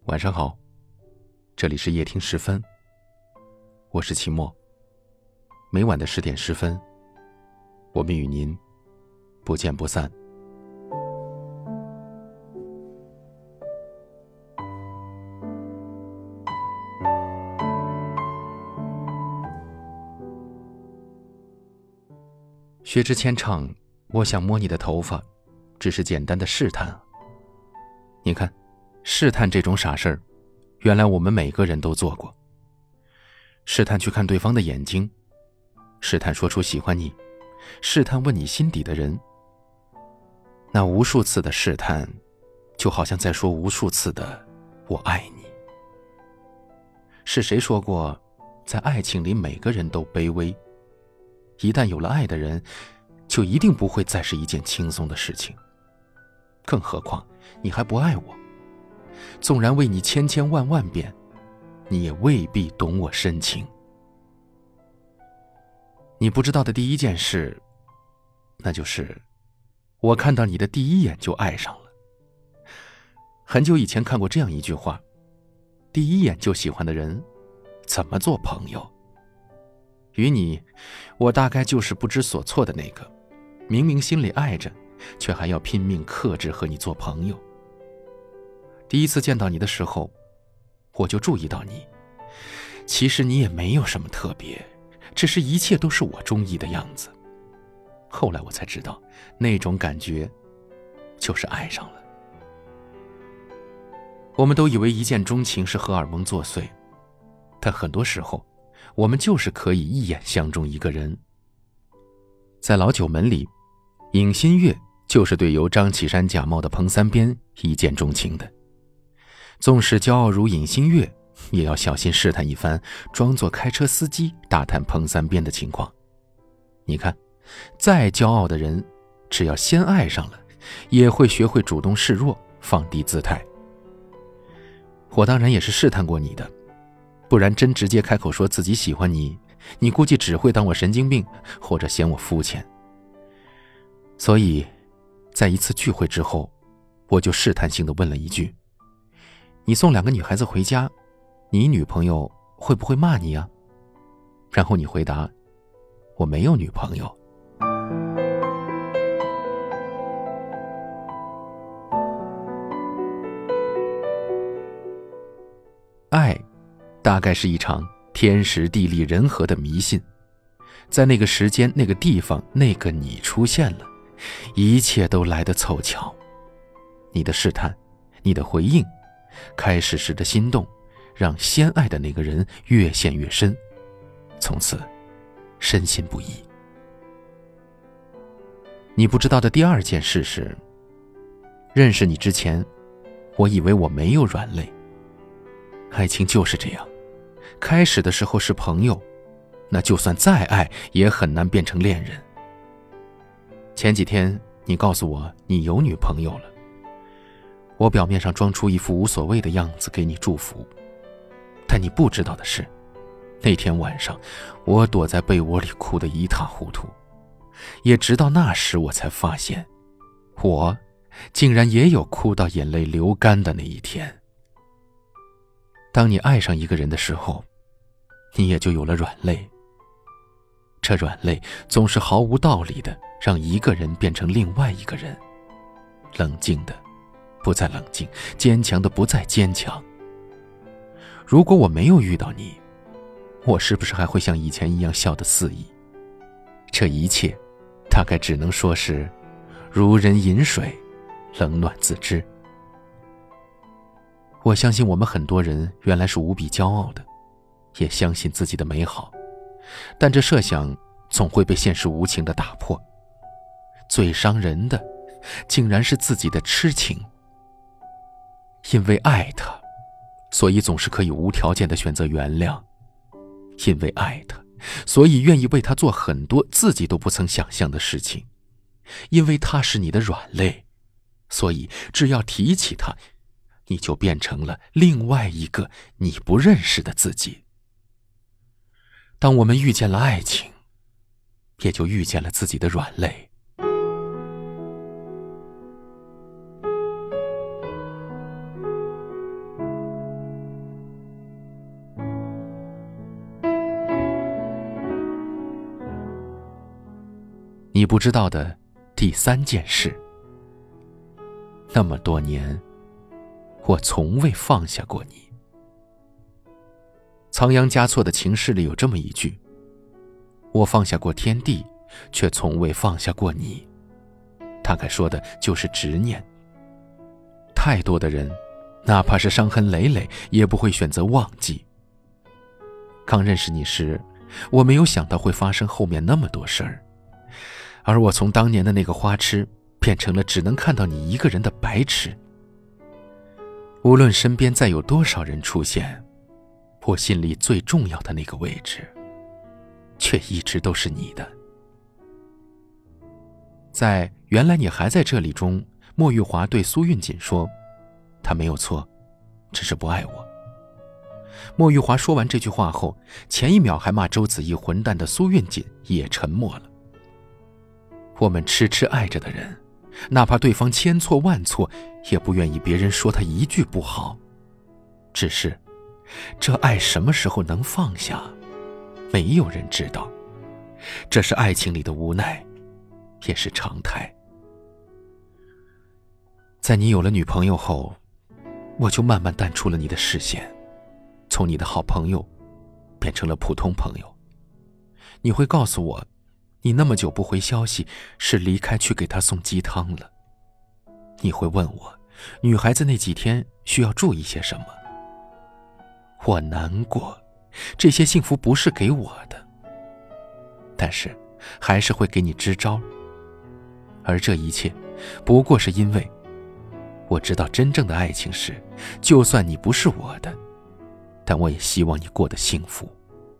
晚上好，这里是夜听10分，我是齐墨。每晚的10点10分，我们与您不见不散。薛之谦唱我想摸你的头发，只是简单的试探。你看，试探这种傻事儿，原来我们每个人都做过。试探去看对方的眼睛，试探说出喜欢你，试探问你心底的人。那无数次的试探，就好像在说无数次的我爱你。是谁说过，在爱情里每个人都卑微，一旦有了爱的人，就一定不会再是一件轻松的事情。更何况你还不爱我，纵然为你千千万万遍，你也未必懂我深情。你不知道的第一件事，那就是我看到你的第一眼就爱上了。很久以前看过这样一句话，第一眼就喜欢的人怎么做朋友？与你，我大概就是不知所措的那个，明明心里爱着，却还要拼命克制和你做朋友。第一次见到你的时候，我就注意到你，其实你也没有什么特别，只是一切都是我中意的样子。后来我才知道，那种感觉就是爱上了。我们都以为一见钟情是荷尔蒙作祟，但很多时候我们就是可以一眼相中一个人。在老九门里，尹新月就是对由张启山假冒的彭三鞭一见钟情的。纵使骄傲如尹新月，也要小心试探一番，装作开车司机打探彭三鞭的情况。你看，再骄傲的人，只要先爱上了，也会学会主动示弱，放低姿态。我当然也是试探过你的，不然真直接开口说自己喜欢你，你估计只会当我神经病，或者嫌我肤浅。所以在一次聚会之后，我就试探性地问了一句，你送2个女孩子回家，你女朋友会不会骂你啊？然后你回答，我没有女朋友。爱大概是一场天时地利人和的迷信，在那个时间那个地方那个你出现了，一切都来得凑巧。你的试探，你的回应，开始时的心动，让先爱的那个人越陷越深，从此深信不疑。你不知道的第二件事是，认识你之前，我以为我没有软肋。爱情就是这样，开始的时候是朋友，那就算再爱也很难变成恋人。前几天你告诉我你有女朋友了，我表面上装出一副无所谓的样子给你祝福，但你不知道的是，那天晚上我躲在被窝里哭得一塌糊涂，也直到那时我才发现，我竟然也有哭到眼泪流干的那一天。当你爱上一个人的时候，你也就有了软肋。这软肋总是毫无道理的让一个人变成另外一个人，冷静的不再冷静，坚强的不再坚强。如果我没有遇到你，我是不是还会像以前一样笑得肆意？这一切大概只能说是如人饮水，冷暖自知。我相信我们很多人原来是无比骄傲的，也相信自己的美好，但这设想总会被现实无情地打破。最伤人的竟然是自己的痴情。因为爱他，所以总是可以无条件地选择原谅。因为爱他，所以愿意为他做很多自己都不曾想象的事情。因为他是你的软肋，所以只要提起他，你就变成了另外一个你不认识的自己。当我们遇见了爱情，也就遇见了自己的软肋。 你不知道的第3件事。那么多年，我从未放下过你。仓央嘉措的情诗里有这么一句：我放下过天地，却从未放下过你。大概说的就是执念。太多的人，哪怕是伤痕累累，也不会选择忘记。刚认识你时，我没有想到会发生后面那么多事儿，而我从当年的那个花痴，变成了只能看到你一个人的白痴。无论身边再有多少人出现，我心里最重要的那个位置，却一直都是你的。在《原来你还在这里》中，莫玉华对苏运锦说，他没有错，只是不爱我。莫玉华说完这句话后，前一秒还骂周子怡混蛋的苏运锦也沉默了。我们痴痴爱着的人，哪怕对方千错万错，也不愿意别人说他一句不好。只是这爱什么时候能放下，没有人知道。这是爱情里的无奈，也是常态。在你有了女朋友后，我就慢慢淡出了你的视线，从你的好朋友变成了普通朋友。你会告诉我，你那么久不回消息，是离开去给他送鸡汤了。你会问我，女孩子那几天需要注意些什么。我难过，这些幸福不是给我的，但是还是会给你支招。而这一切不过是因为我知道真正的爱情是，就算你不是我的，但我也希望你过得幸福。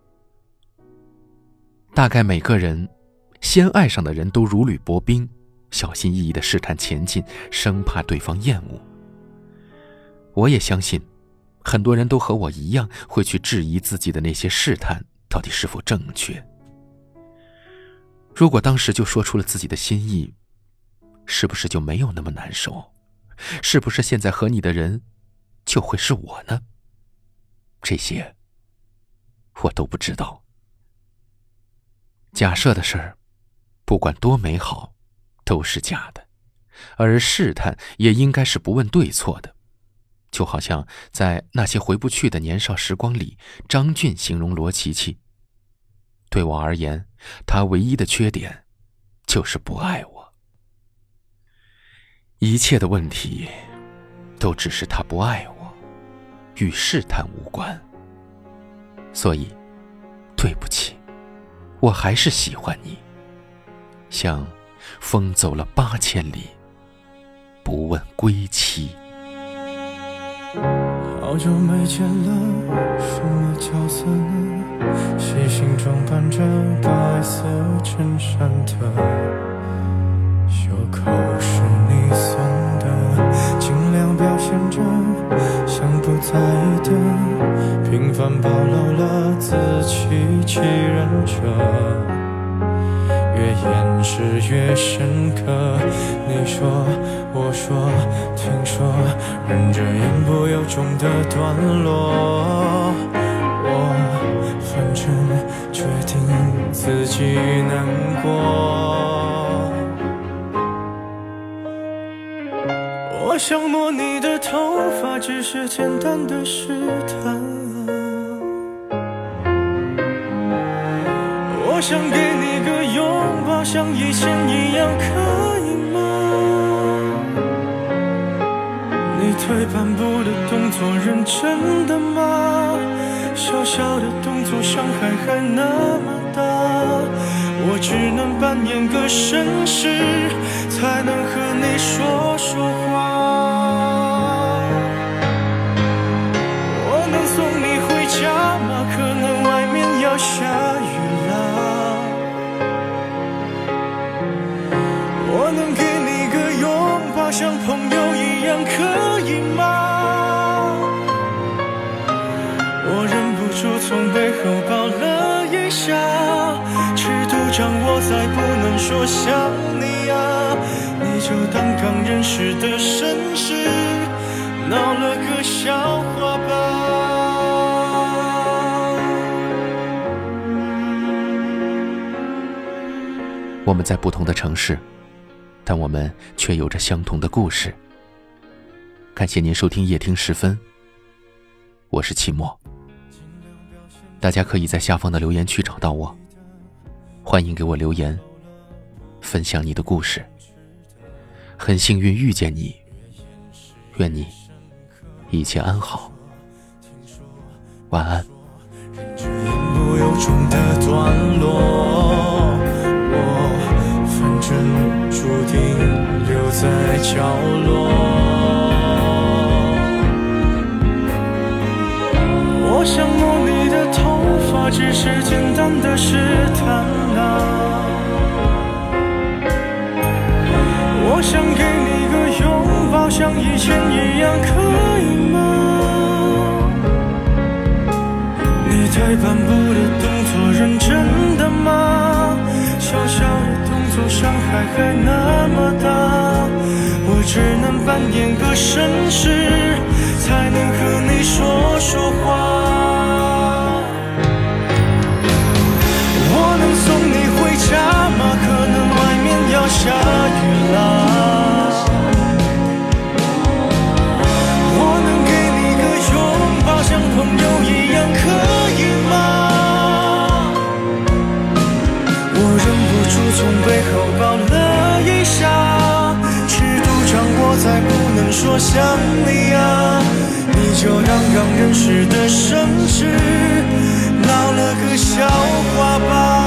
大概每个人先爱上的人都如履薄冰，小心翼翼地试探前进，生怕对方厌恶。我也相信很多人都和我一样，会去质疑自己的那些试探到底是否正确。如果当时就说出了自己的心意，是不是就没有那么难受？是不是现在和你的人就会是我呢？这些我都不知道。假设的事儿，不管多美好，都是假的，而试探也应该是不问对错的。就好像在那些回不去的年少时光里，张俊形容罗琦琦，对我而言，他唯一的缺点就是不爱我。一切的问题都只是他不爱我，与试探无关。所以对不起，我还是喜欢你，像风走了8000里，不问归期。 好久没见了，什么角色呢？细心装扮着白色衬衫的，袖口是你送的，尽量表现着像不在意的，平凡暴露了自欺欺人着，越掩饰越深刻。你说我说听说，忍着言不由衷的段落，我反正决定自己难过。我想摸你的头发，只是简单的试探，我想给你个拥抱，像以前一样，可以吗？你退半步的动作认真的吗？小小的动作伤害还那么大，我只能扮演个绅士，才能和你说说话。我能送你回家吗？可能外面要下雨了。我能给你个拥抱，像朋友一样，可以吗？我忍不住从背后抱了一下，尺度掌握在不能说想你啊，你就当刚认识的绅士，闹了个笑话吧。 我们在不同的城市，但我们却有着相同的故事。感谢您收听夜听时分，我是齐墨。大家可以在下方的留言区找到我，欢迎给我留言，分享你的故事。很幸运遇见你，愿你一切安好，晚安。 不由衷的段落，我反正注定留在角落。我想摸你的头发，只是简单的试探啊。我想给你个拥抱，像以前一样，可以吗？你退半步的动作认真的吗？小小的动作伤害还那么大，我只能扮演个绅士，才能和你说说话。我能送你回家吗？可能外面要下雨啦。我能给你个拥抱，像朋友一样，可以吗？我忍不住从背后抱了一下，尺度掌握在不能说想你啊，你就让刚认识的绅士闹了个笑话吧。